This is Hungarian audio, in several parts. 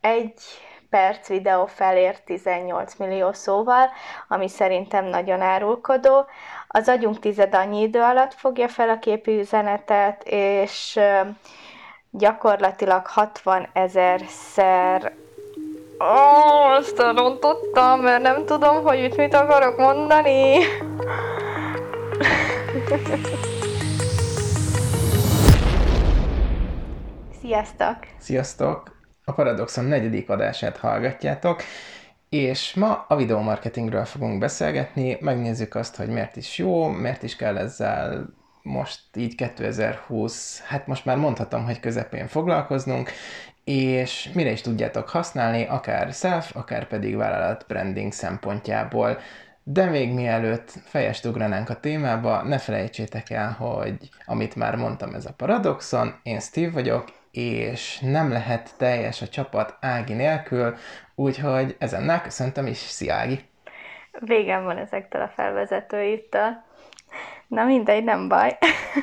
egy perc videó felér 18 millió szóval, ami szerintem nagyon árulkodó. Az agyunk tized annyi idő alatt fogja fel a képi üzenetet, és gyakorlatilag 60 000-szer azt rontottam, mert nem tudom, hogy itt mit akarok mondani. Sziasztok! Sziasztok! A Paradoxon 4. adását hallgatjátok, és ma a videomarketingről fogunk beszélgetni, megnézzük azt, hogy miért is jó, miért is kell ezzel most így 2020, hát most már mondhatom, hogy közepén foglalkoznunk, és mire is tudjátok használni, akár self, akár pedig vállalat branding szempontjából. De még mielőtt fejest ugranánk a témába, ne felejtsétek el, hogy amit már mondtam, ez a Paradoxon, én Steve vagyok, és nem lehet teljes a csapat Ági nélkül, úgyhogy ezennel köszöntöm is. Szia Ági! Végem van ezektől a felvezetőitől. Na mindegy, nem baj.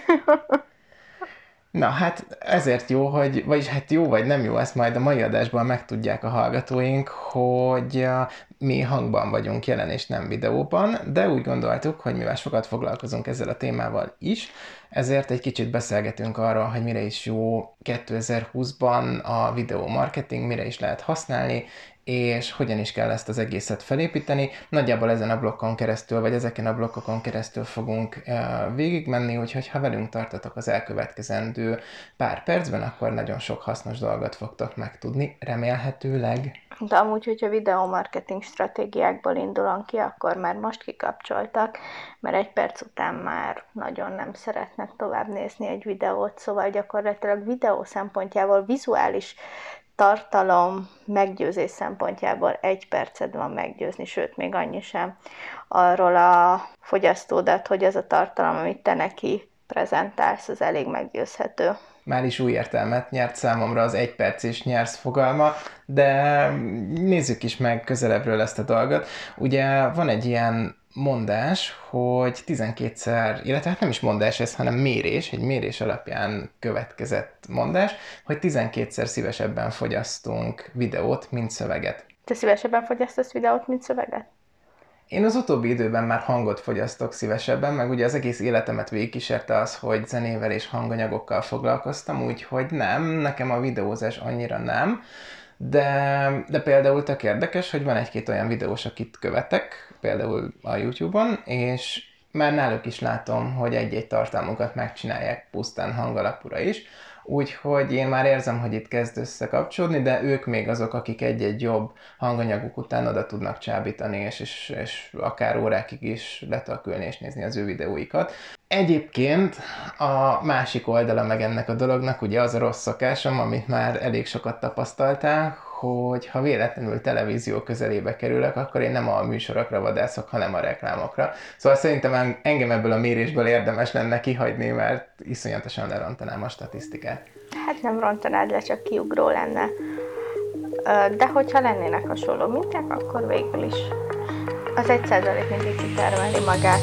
Na hát ezért jó, hogy, vagyis hát jó vagy nem jó, ezt majd a mai adásban megtudják a hallgatóink, hogy mi hangban vagyunk jelen és nem videóban, de úgy gondoltuk, hogy mivel sokat foglalkozunk ezzel a témával is, ezért egy kicsit beszélgetünk arról, hogy mire is jó 2020-ban a videó marketing, mire is lehet használni, és hogyan is kell ezt az egészet felépíteni. Nagyjából ezen a blokkon keresztül, vagy ezeken a blokkokon keresztül fogunk végigmenni, úgyhogy ha velünk tartotok az elkövetkezendő pár percben, akkor nagyon sok hasznos dolgot fogtok megtudni, remélhetőleg. De amúgy, hogyha videomarketing stratégiákból indulunk ki, akkor már most kikapcsoltak, mert egy perc után már nagyon nem szeretnek tovább nézni egy videót, szóval gyakorlatilag videó szempontjából vizuális tartalom meggyőzés szempontjából 1 perced van meggyőzni, sőt, még annyi sem arról a fogyasztódat, hogy az a tartalom, amit te neki prezentálsz, az elég meggyőzhető. Már is új értelmet nyert számomra az 1 perc és nyersz fogalma, de nézzük is meg közelebbről ezt a dolgot. Ugye van egy ilyen mondás, hogy 12-szer, illetve hát nem is mondás ez, hanem mérés, egy mérés alapján következett mondás, hogy 12-szer szívesebben fogyasztunk videót, mint szöveget. Te szívesebben fogyasztasz videót, mint szöveget? Én az utóbbi időben már hangot fogyasztok szívesebben, meg ugye az egész életemet végigkísérte az, hogy zenével és hanganyagokkal foglalkoztam, úgyhogy nem, nekem a videózás annyira nem, de például tök érdekes, hogy van egy-két olyan videós, akit követek, például a YouTube-on, és már náluk is látom, hogy egy-egy tartalmukat megcsinálják pusztán hangalapúra is, úgyhogy én már érzem, hogy itt kezd összekapcsolódni, de ők még azok, akik egy-egy jobb hanganyaguk után oda tudnak csábítani, és akár órákig is letölkülni és nézni az ő videóikat. Egyébként a másik oldala meg ennek a dolognak ugye az a rossz szokásom, amit már elég sokat tapasztaltál, hogy ha véletlenül televízió közelébe kerülök, akkor én nem a műsorokra vadászok, hanem a reklámokra. Szóval szerintem engem ebből a mérésből érdemes lenne kihagyni, mert iszonyatosan lerontanám a statisztikát. Hát nem rontanád le, csak kiugró lenne. De hogyha lennének hasonló minták, akkor végül is az 1% mindig kitermeli magát.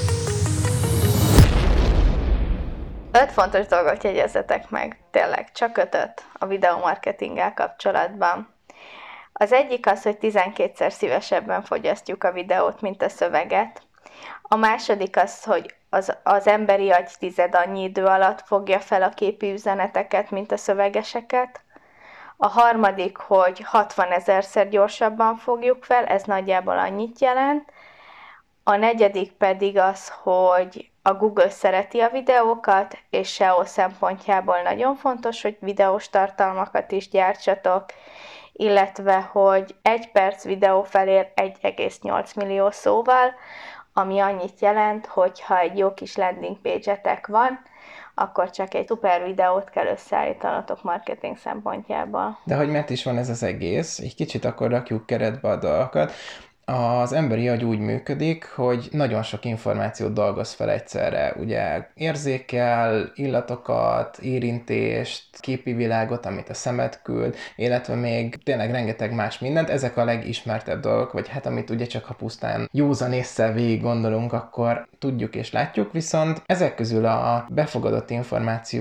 5 fontos dolgot jegyezzetek meg, tényleg csak 5 a videomarketinggel kapcsolatban. Az egyik az, hogy 12-szer szívesebben fogyasztjuk a videót, mint a szöveget. A második az, hogy az emberi agy tized annyi idő alatt fogja fel a képi üzeneteket, mint a szövegeseket. A harmadik, hogy 60 000-szer gyorsabban fogjuk fel, ez nagyjából annyit jelent. A negyedik pedig az, hogy a Google szereti a videókat, és SEO szempontjából nagyon fontos, hogy videós tartalmakat is gyártsatok, illetve hogy 1 perc videó felér 1,8 millió szóval, ami annyit jelent, hogy ha egy jó kis landing page-etek van, akkor csak egy szuper videót kell összeállítanatok marketing szempontjából. De hogy miért is van ez az egész? Egy kicsit akkor rakjuk keretbe a dolgokat. Az emberi agy úgy működik, hogy nagyon sok információt dolgoz fel egyszerre. Ugye érzékel illatokat, érintést, képi világot, amit a szemed küld, illetve még tényleg rengeteg más mindent. Ezek a legismertebb dolgok, vagy hát amit ugye csak ha pusztán józan ésszel végig gondolunk, akkor tudjuk és látjuk, viszont ezek közül a befogadott információk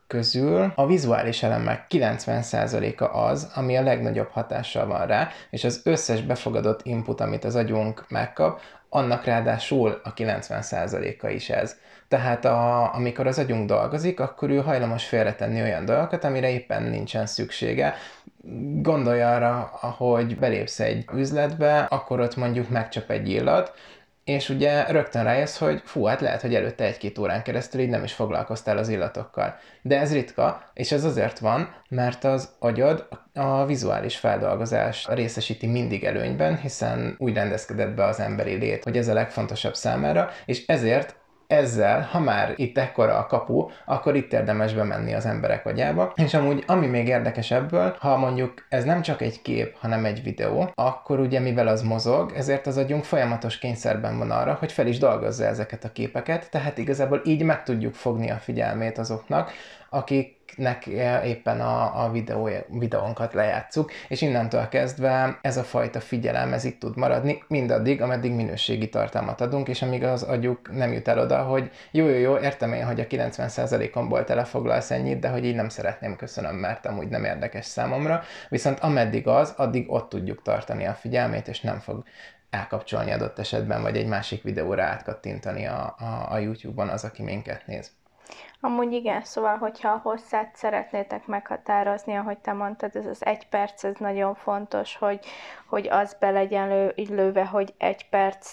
közül a vizuális elemek 90%-a az, ami a legnagyobb hatással van rá, és az összes befogadott input, amit az agyunk megkap, annak ráadásul a 90%-a is ez. Tehát amikor az agyunk dolgozik, akkor ő hajlamos félretenni olyan dolgokat, amire éppen nincsen szüksége. Gondolj arra, hogy belépsz egy üzletbe, akkor ott mondjuk megcsap egy illat, és ugye rögtön rájössz, hogy hát lehet, hogy előtte 1-2 órán keresztül így nem is foglalkoztál az illatokkal. De ez ritka, és ez azért van, mert az agyad a vizuális feldolgozás részesíti mindig előnyben, hiszen úgy rendezkedett be az emberi lét, hogy ez a legfontosabb számára, és ezzel, ha már itt ekkora a kapu, akkor itt érdemes bemenni az emberek agyába. És amúgy, ami még érdekes ebből, ha mondjuk ez nem csak egy kép, hanem egy videó, akkor ugye mivel az mozog, ezért az agyunk folyamatos kényszerben van arra, hogy fel is dolgozza ezeket a képeket, tehát igazából így meg tudjuk fogni a figyelmét azoknak, akiknek éppen a videónkat lejátszuk, és innentől kezdve ez a fajta figyelem, ez itt tud maradni, mindaddig, ameddig minőségi tartalmat adunk, és amíg az agyuk nem jut el oda, hogy jó, értem én, hogy a 90%-omból telefoglalsz ennyit, de hogy így nem szeretném, köszönöm, mert amúgy nem érdekes számomra, viszont ameddig addig ott tudjuk tartani a figyelmét, és nem fog elkapcsolni adott esetben, vagy egy másik videóra átkattintani a YouTube-on az, aki minket néz. Amúgy igen, szóval, hogyha a hosszát szeretnétek meghatározni, ahogy te mondtad, ez az 1 perc, ez nagyon fontos, hogy az be legyen lőve, hogy 1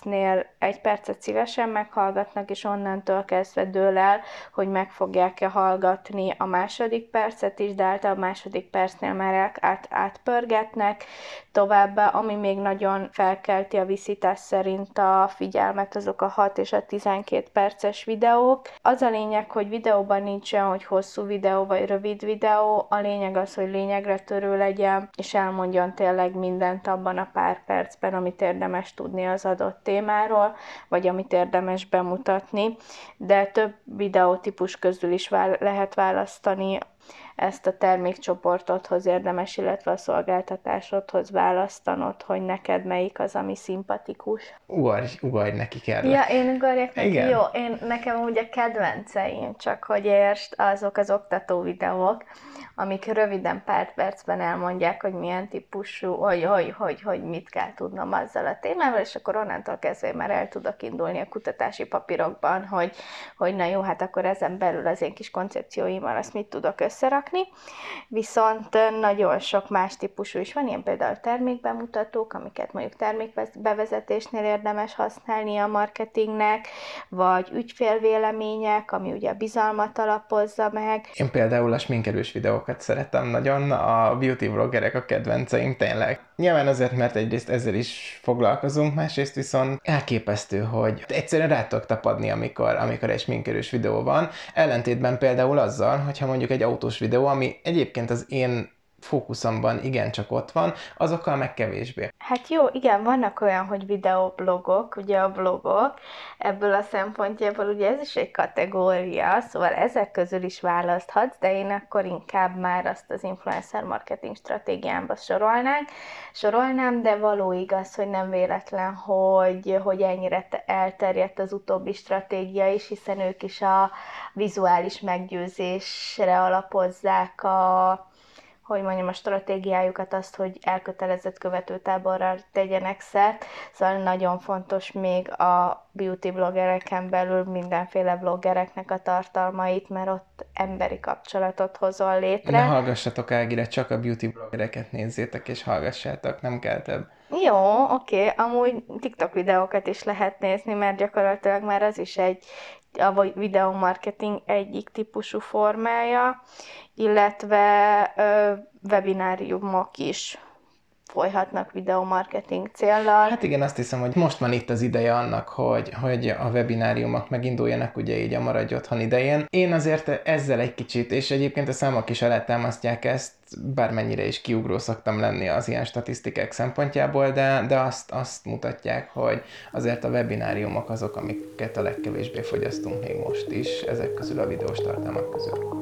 percet szívesen meghallgatnak, és onnantól kezdve dől el, hogy meg fogják-e hallgatni a második percet is, de általában a második percnél már átpörgetnek. Továbbá, ami még nagyon felkelti a viszítás szerint a figyelmet, azok a 6 és a 12 perces videók. Az a lényeg, hogy videóban nincs olyan, hogy hosszú videó vagy rövid videó, a lényeg az, hogy lényegre törő legyen, és elmondjon tényleg mindent abban a pár percben, amit érdemes tudni az adott témáról, vagy amit érdemes bemutatni, de több videótípus közül is lehet választani, ezt a termékcsoportodhoz érdemes, illetve a szolgáltatásodhoz választanod, hogy neked melyik az, ami szimpatikus. Ugorj neki, kell. Ja, én ugorjak neki? Igen. Jó, nekem ugye kedvenceim, csak hogy értsd, azok az oktató videók, amik röviden pár percben elmondják, hogy milyen típusú, hogy mit kell tudnom azzal a témával, és akkor onnantól kezdve már el tudok indulni a kutatási papírokban, hogy na jó, hát akkor ezen belül az én kis koncepcióimmal azt mit tudok összerakni. Viszont nagyon sok más típusú is van, ilyen például termékbemutatók, amiket mondjuk termékbevezetésnél érdemes használni a marketingnek, vagy ügyfélvélemények, ami ugye a bizalmat alapozza meg. Én például a sminkelős videókat szeretem nagyon, a beauty vloggerek a kedvenceim tényleg. Nyilván azért, mert egyrészt ezzel is foglalkozunk, másrészt viszont elképesztő, hogy egyszerűen rá tudok tapadni, amikor egy sminkelős videó van, ellentétben például azzal, hogyha mondjuk egy autós videó, ami egyébként az én fókuszomban igencsak ott van, azokkal meg kevésbé. Hát jó, igen, vannak olyan, hogy videoblogok, ugye a blogok, ebből a szempontjából ugye ez is egy kategória, szóval ezek közül is választhatsz, de én akkor inkább már azt az influencer marketing stratégiámba sorolnám, de való igaz, hogy nem véletlen, hogy ennyire elterjedt az utóbbi stratégia is, hiszen ők is a vizuális meggyőzésre alapozzák a stratégiájukat, azt, hogy elkötelezett követőtáborra tegyenek szert. Szóval nagyon fontos még a beauty bloggereken belül mindenféle bloggereknek a tartalmait, mert ott emberi kapcsolatot hozol létre. Ne hallgassatok Ágire, csak a beauty bloggereket nézzétek és hallgassátok, nem kell több. Jó, oké. Amúgy TikTok videókat is lehet nézni, mert gyakorlatilag már az is a videomarketing egyik típusú formája, illetve webináriumok is folyhatnak videomarketing céllal. Hát igen, azt hiszem, hogy most van itt az ideje annak, hogy a webináriumok meginduljanak ugye így a Maradj Otthon idején. Én azért ezzel egy kicsit, és egyébként a számok is alátámasztják ezt, bármennyire is kiugró szoktam lenni az ilyen statisztikák szempontjából, de azt mutatják, hogy azért a webináriumok azok, amiket a legkevésbé fogyasztunk még most is, ezek közül a videós tartalmak közül.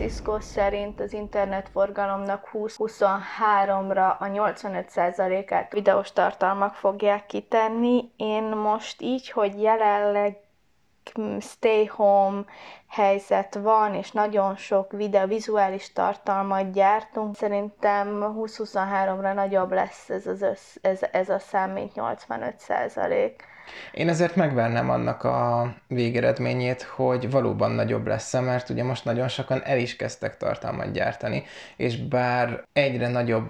Francisco szerint az internetforgalomnak 2023-ra a 85%-át videós tartalmak fogják kitenni. Én most így, hogy jelenleg stay home helyzet van, és nagyon sok vizuális tartalmat gyártunk. Szerintem 2023-ra nagyobb lesz ez a szám, mint 85%. Én ezért megvárnám annak a végeredményét, hogy valóban nagyobb lesz, mert ugye most nagyon sokan el is kezdtek tartalmat gyártani, és bár egyre nagyobb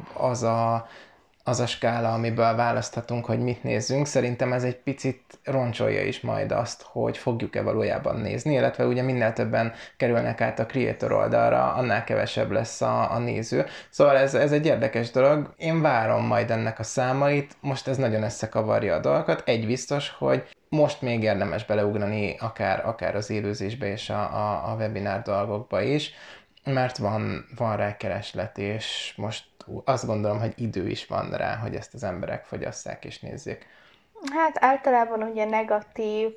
az a skála, amiből választhatunk, hogy mit nézzünk, szerintem ez egy picit roncsolja is majd azt, hogy fogjuk-e valójában nézni, illetve ugye minél többen kerülnek át a creator oldalra, annál kevesebb lesz a néző. Szóval ez egy érdekes dolog. Én várom majd ennek a számait, most ez nagyon összekavarja a dolgokat. Egy biztos, hogy most még érdemes beleugrani akár az élőzésbe és a webinár dolgokba is, mert van rá kereslet, és most azt gondolom, hogy idő is van rá, hogy ezt az emberek fogyasszák és nézzék. Hát általában ugye negatív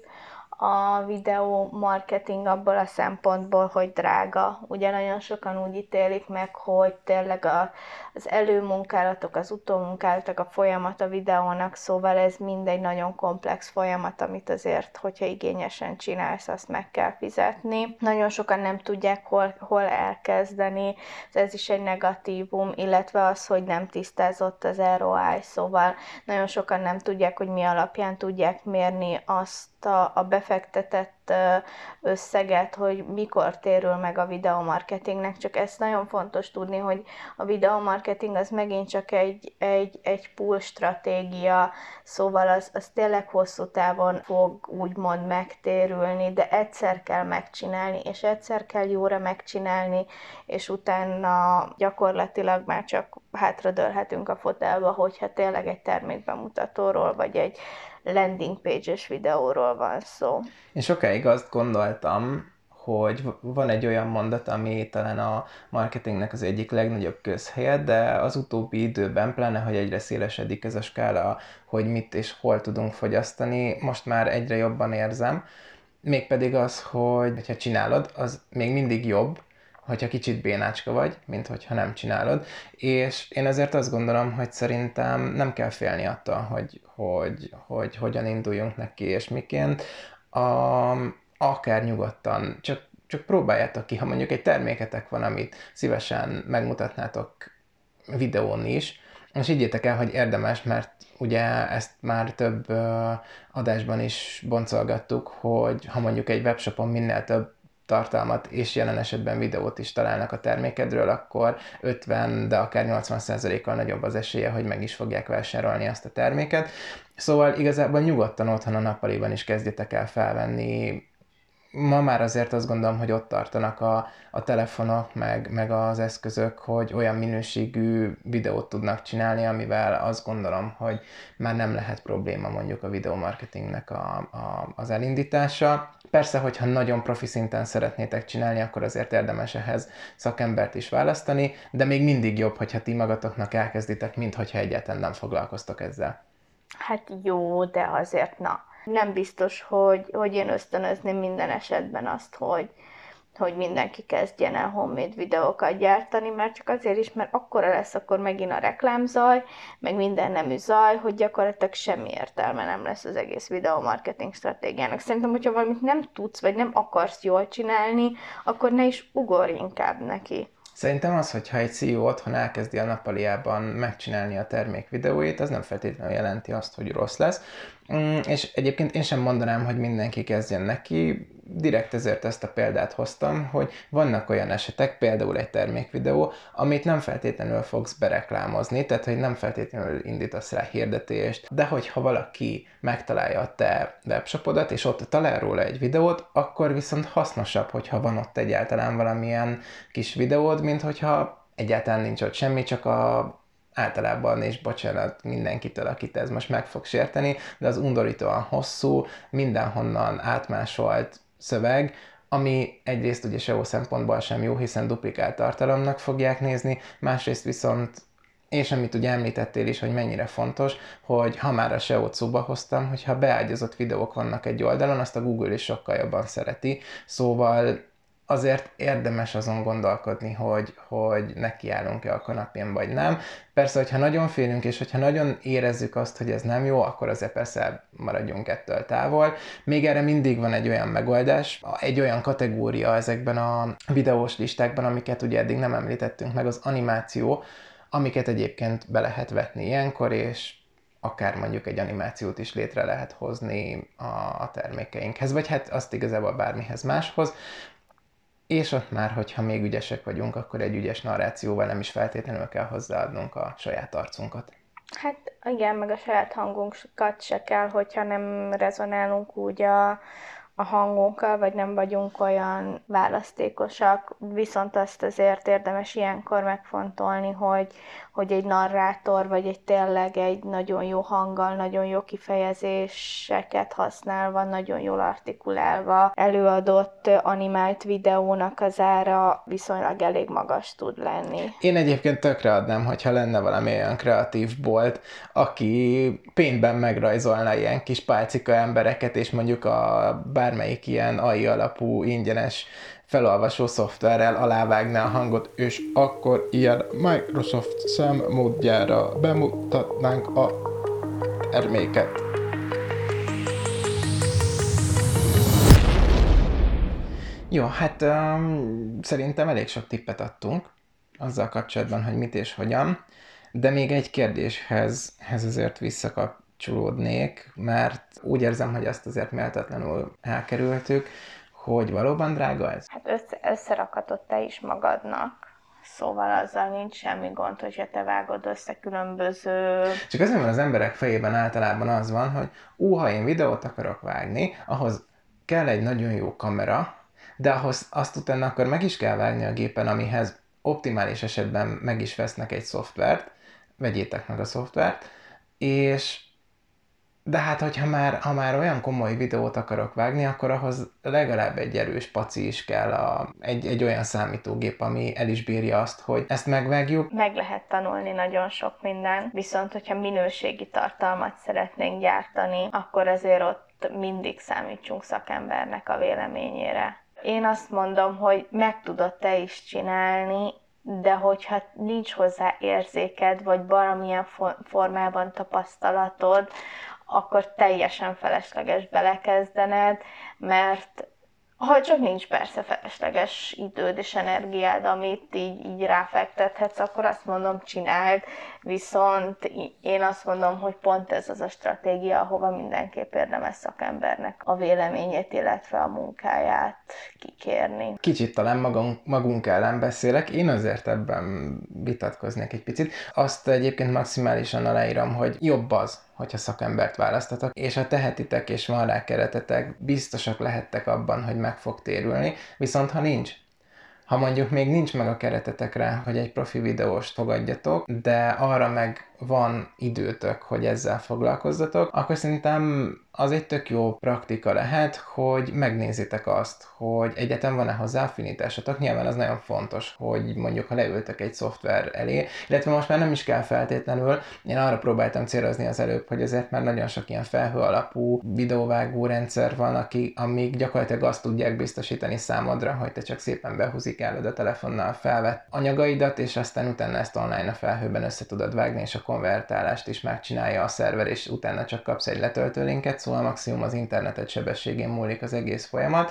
a videó marketing abból a szempontból, hogy drága. Ugye nagyon sokan úgy ítélik meg, hogy tényleg az előmunkálatok, az utómunkálatok, a folyamat a videónak, szóval ez mindegy nagyon komplex folyamat, amit azért, hogyha igényesen csinálsz, azt meg kell fizetni. Nagyon sokan nem tudják, hol elkezdeni, ez is egy negatívum, illetve az, hogy nem tisztázott az ROI, szóval nagyon sokan nem tudják, hogy mi alapján tudják mérni azt a befektetett összeget, hogy mikor térül meg a videomarketingnek, csak ezt nagyon fontos tudni, hogy a videomarketing az megint csak egy pool stratégia, szóval az tényleg hosszú távon fog úgymond megtérülni, de egyszer kell megcsinálni, és egyszer kell jóra megcsinálni, és utána gyakorlatilag már csak hátradőlhetünk a fotelba, hogyha tényleg egy termékbemutatóról, vagy egy landing page-es videóról van szó. Én sokáig azt gondoltam, hogy van egy olyan mondat, ami talán a marketingnek az egyik legnagyobb közhelye, de az utóbbi időben, pláne, hogy egyre szélesedik ez a skála, hogy mit és hol tudunk fogyasztani, most már egyre jobban érzem. Mégpedig az, hogy ha csinálod, az még mindig jobb, hogyha kicsit bénácska vagy, mint hogyha nem csinálod. És én ezért azt gondolom, hogy szerintem nem kell félni attól, hogy hogyan induljunk neki és miként. Akár nyugodtan, csak próbáljátok ki, ha mondjuk egy terméketek van, amit szívesen megmutatnátok videón is, és higgyétek el, hogy érdemes, mert ugye ezt már több adásban is boncolgattuk, hogy ha mondjuk egy webshopon minél több tartalmat és jelen esetben videót is találnak a termékedről, akkor 50, de akár 80%-kal nagyobb az esélye, hogy meg is fogják vásárolni azt a terméket. Szóval igazából nyugodtan otthon a nappaliban is kezdjetek el felvenni. Ma már azért azt gondolom, hogy ott tartanak a telefonok, meg az eszközök, hogy olyan minőségű videót tudnak csinálni, amivel azt gondolom, hogy már nem lehet probléma mondjuk a videomarketingnek az elindítása. Persze, hogyha nagyon profi szinten szeretnétek csinálni, akkor azért érdemes ehhez szakembert is választani, de még mindig jobb, hogyha ti magatoknak elkezditek, mint hogyha egyáltalán nem foglalkoztok ezzel. Hát jó, de azért nem biztos, hogy én ösztönözném minden esetben azt, hogy mindenki kezdjen el homemade videókat gyártani, mert csak azért is, mert akkora lesz akkor megint a reklámzaj, meg minden nemű zaj, hogy gyakorlatilag semmi értelme nem lesz az egész videomarketing stratégiának. Szerintem, hogyha valamit nem tudsz, vagy nem akarsz jól csinálni, akkor ne is ugorj inkább neki. Szerintem az, hogyha egy CEO otthon elkezdi a nappaliában megcsinálni a termék videóit, az nem feltétlenül jelenti azt, hogy rossz lesz. És egyébként én sem mondanám, hogy mindenki kezdjen neki, direkt ezért ezt a példát hoztam, hogy vannak olyan esetek, például egy termékvideó, amit nem feltétlenül fogsz bereklámozni, tehát hogy nem feltétlenül indítasz rá hirdetést, de hogyha valaki megtalálja a te webshopodat, és ott talál róla egy videót, akkor viszont hasznosabb, hogyha van ott egyáltalán valamilyen kis videód, mint hogyha egyáltalán nincs ott semmi, csak általában, és bocsánat mindenkitől, akit ez most meg fog sérteni, de az undorítóan hosszú, mindenhonnan átmásolt szöveg, ami egyrészt ugye SEO szempontból sem jó, hiszen duplikált tartalomnak fogják nézni, másrészt viszont, és amit ugye említettél is, hogy mennyire fontos, hogy ha már a SEO-t szóba hoztam, hogyha beágyazott videók vannak egy oldalon, azt a Google is sokkal jobban szereti, szóval azért érdemes azon gondolkodni, hogy nekiállunk-e a kanapén, vagy nem. Persze, hogyha nagyon félünk, és hogyha nagyon érezzük azt, hogy ez nem jó, akkor azért persze maradjunk ettől távol. Még erre mindig van egy olyan megoldás, egy olyan kategória ezekben a videós listákban, amiket ugye eddig nem említettünk meg, az animáció, amiket egyébként be lehet vetni ilyenkor, és akár mondjuk egy animációt is létre lehet hozni a termékeinkhez, vagy hát azt igazából bármihez máshoz. És ott már, hogyha még ügyesek vagyunk, akkor egy ügyes narrációval nem is feltétlenül kell hozzáadnunk a saját arcunkat. Hát igen, meg a saját hangunkat se kell, hogyha nem rezonálunk úgy a hangunkkal, vagy nem vagyunk olyan választékosak, viszont azt azért érdemes ilyenkor megfontolni, hogy egy narrátor, vagy tényleg egy nagyon jó hanggal, nagyon jó kifejezéseket használva, nagyon jól artikulálva előadott animált videónak az ára viszonylag elég magas tud lenni. Én egyébként tökre adnám, hogyha lenne valami olyan kreatív bolt, aki paintben megrajzolna ilyen kis pálcika embereket, és mondjuk a bármelyik ilyen AI alapú ingyenes felolvasó szoftverrel alávágná a hangot, és akkor ilyen Microsoft szemmódjára bemutatnánk a terméket. Jó, hát szerintem elég sok tippet adtunk azzal kapcsolatban, hogy mit és hogyan, de még egy kérdéshez azért visszakapcsolódnék, mert úgy érzem, hogy azt azért méltatlanul elkerültük, hogy valóban drága ez? Hát összerakhatod te is magadnak. Szóval azzal nincs semmi gond, hogyha te vágod össze különböző... Csak azért, mert az emberek fejében általában az van, hogy ha én videót akarok vágni, ahhoz kell egy nagyon jó kamera, de ahhoz azt utána akkor meg is kell vágni a gépen, amihez optimális esetben meg is vesznek egy szoftvert, vegyétek meg a szoftvert, és de hát, ha már olyan komoly videót akarok vágni, akkor ahhoz legalább egy erős paci is kell, egy olyan számítógép, ami el is bírja azt, hogy ezt megvágjuk. Meg lehet tanulni nagyon sok minden, viszont hogyha minőségi tartalmat szeretnénk gyártani, akkor azért ott mindig számítsunk szakembernek a véleményére. Én azt mondom, hogy meg tudod te is csinálni, de hogyha nincs hozzá érzéked, vagy valamilyen formában tapasztalatod, akkor teljesen felesleges belekezdened, mert ha csak nincs persze felesleges időd és energiád, amit így ráfektethetsz, akkor azt mondom, csináld, viszont én azt mondom, hogy pont ez az a stratégia, ahova mindenképp érdemes szakembernek a véleményét, illetve a munkáját kikérni. Kicsit talán magunk ellen beszélek, én azért ebben vitatkoznék egy picit. Azt egyébként maximálisan aláírom, hogy jobb az, hogyha szakembert választatok, és ha tehetitek és van rá keretetek, biztosak lehettek abban, hogy meg fog térülni, viszont ha nincs, ha mondjuk még nincs meg a keretetek rá, hogy egy profi videóst fogadjatok, de arra meg van időtök, hogy ezzel foglalkozzatok, akkor szerintem az egy tök jó praktika lehet, hogy megnézitek azt, hogy egyetem van-e hozzá affinitásotok. Nyilván az nagyon fontos, hogy mondjuk ha leültök egy szoftver elé, illetve most már nem is kell feltétlenül. Én arra próbáltam célozni az előbb, hogy azért már nagyon sok ilyen felhő alapú videóvágó rendszer van, amik gyakorlatilag azt tudják biztosítani számodra, hogy te csak szépen behúzikálod a telefonnal felvett anyagaidat, és aztán utána ezt online a felhőben össze tudod vágni, és a konvertálást is megcsinálja a szerver, és utána csak kapsz egy letöltőlinket, szóval maximum az internetet sebességén múlik az egész folyamat.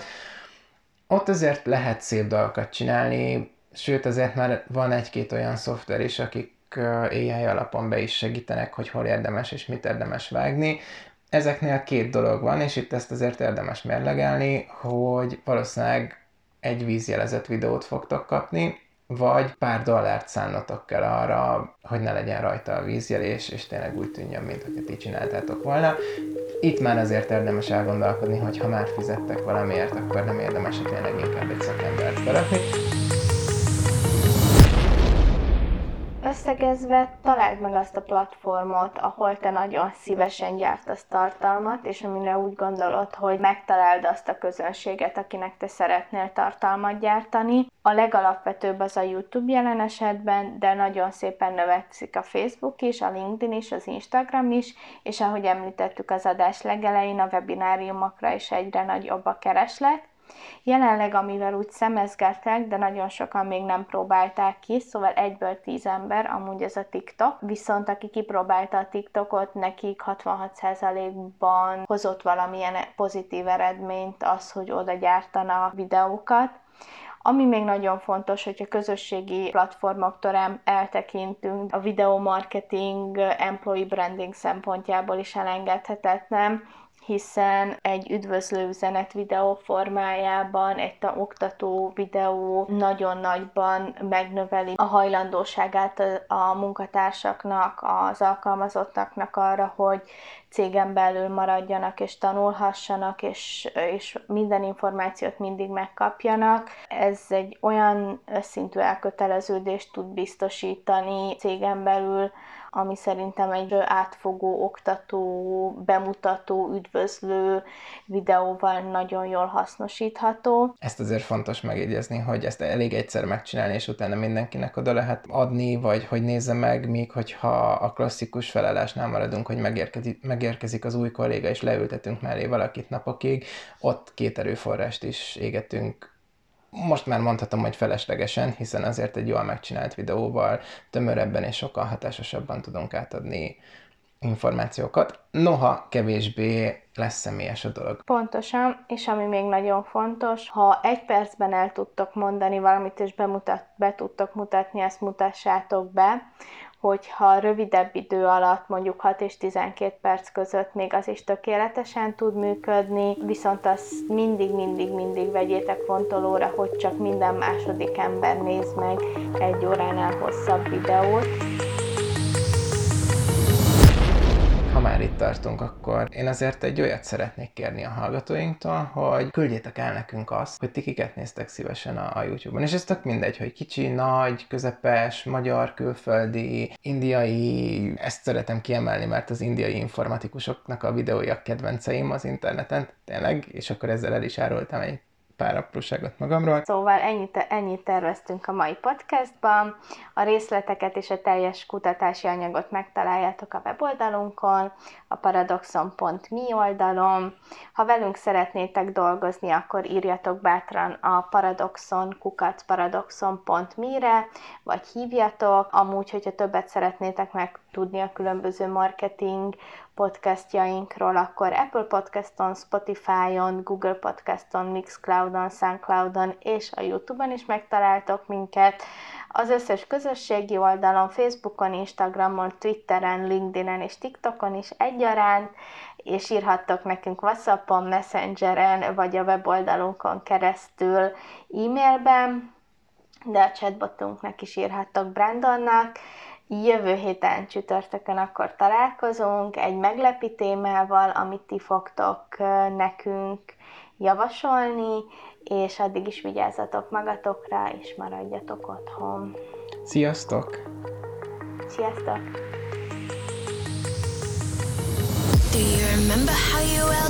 Ott azért lehet szép dolgokat csinálni, sőt azért már van egy-két olyan szoftver is, akik AI alapon be is segítenek, hogy hol érdemes és mit érdemes vágni. Ezeknél két dolog van, és itt ezt azért érdemes mérlegelni, hogy valószínűleg egy vízjelezett videót fogtok kapni, vagy pár dollárt szánnotok kell arra, hogy ne legyen rajta a vízjelés, és tényleg úgy tűnjön, mintha ti csináltátok volna. Itt már azért érdemes elgondolkodni, hogy ha már fizettek valamiért, akkor nem érdemes tényleg inkább egy szakembert berakni. Összegezve, találd meg azt a platformot, ahol te nagyon szívesen gyártasz tartalmat, és amire úgy gondolod, hogy megtaláld azt a közönséget, akinek te szeretnél tartalmat gyártani. A legalapvetőbb az a YouTube jelen esetben, de nagyon szépen növekszik a Facebook is, a LinkedIn is, az Instagram is, és ahogy említettük az adás legelején, a webináriumokra is egyre nagyobb a kereslet. Jelenleg, amivel úgy szemezgetek, de nagyon sokan még nem próbálták ki, szóval 1-ből 10 ember, amúgy ez a TikTok. Viszont aki kipróbálta a TikTokot, nekik 66%-ban hozott valamilyen pozitív eredményt az, hogy oda gyártanak videókat. Ami még nagyon fontos, hogyha közösségi platformoktól eltekintünk, a videomarketing, employee branding szempontjából is elengedhetetlen, hiszen egy üdvözlő üzenet videó formájában egy oktató videó nagyon nagyban megnöveli a hajlandóságát a munkatársaknak, az alkalmazottaknak arra, hogy cégen belül maradjanak és tanulhassanak, és minden információt mindig megkapjanak. Ez egy olyan szintű elköteleződést tud biztosítani cégen belül, ami szerintem egy átfogó, oktató, bemutató, üdvözlő videóval nagyon jól hasznosítható. Ezt azért fontos megjegyezni, hogy ezt elég egyszer megcsinálni, és utána mindenkinek oda lehet adni, vagy hogy nézze meg, míg hogyha a klasszikus felállásnál maradunk, hogy megérkezik az új kolléga, és leültetünk mellé valakit napokig, ott 2 erőforrást is égetünk. Most már mondhatom, hogy feleslegesen, hiszen azért egy jól megcsinált videóval tömörebben és sokkal hatásosabban tudunk átadni információkat. Noha kevésbé lesz személyes a dolog. Pontosan, és ami még nagyon fontos, ha 1 percben el tudtok mondani valamit, és be tudtok mutatni, ezt mutassátok be, hogyha rövidebb idő alatt, mondjuk 6 és 12 perc között még az is tökéletesen tud működni, viszont azt mindig vegyétek fontolóra, hogy csak minden második ember néz meg 1 óránál hosszabb videót. Ha már itt tartunk, akkor én azért egy olyat szeretnék kérni a hallgatóinktól, hogy küldjétek el nekünk azt, hogy ti kiket néztek szívesen a YouTube-on. És ez tök mindegy, hogy kicsi, nagy, közepes, magyar, külföldi, indiai, ezt szeretem kiemelni, mert az indiai informatikusoknak a videói a kedvenceim az interneten, tényleg, és akkor ezzel el is árultam egy pár apróságot magamról. Szóval ennyit terveztünk a mai podcastban. A részleteket és a teljes kutatási anyagot megtaláljátok a weboldalunkon, a paradoxon.me oldalon. Ha velünk szeretnétek dolgozni, akkor írjatok bátran a paradoxon@paradoxon.me-re, vagy hívjatok. Amúgy, hogyha többet szeretnétek megtudni a különböző marketing podcastjainkról, akkor Apple Podcaston, Spotify-on, Google Podcaston, Mixcloudon, Soundcloudon és a YouTube-on is megtaláltok minket. Az összes közösségi oldalon, Facebookon, Instagramon, Twitteren, LinkedInen és TikTokon is egyaránt, és írhattok nekünk WhatsAppon, Messengeren, vagy a weboldalunkon keresztül e-mailben, de a chatbotunknak is írhattok Brandonnak. Jövő héten csütörtökön akkor találkozunk egy meglepi témával, amit ti fogtok nekünk javasolni, és addig is vigyázzatok magatokra, és maradjatok otthon. Sziasztok! Sziasztok! Do you remember how you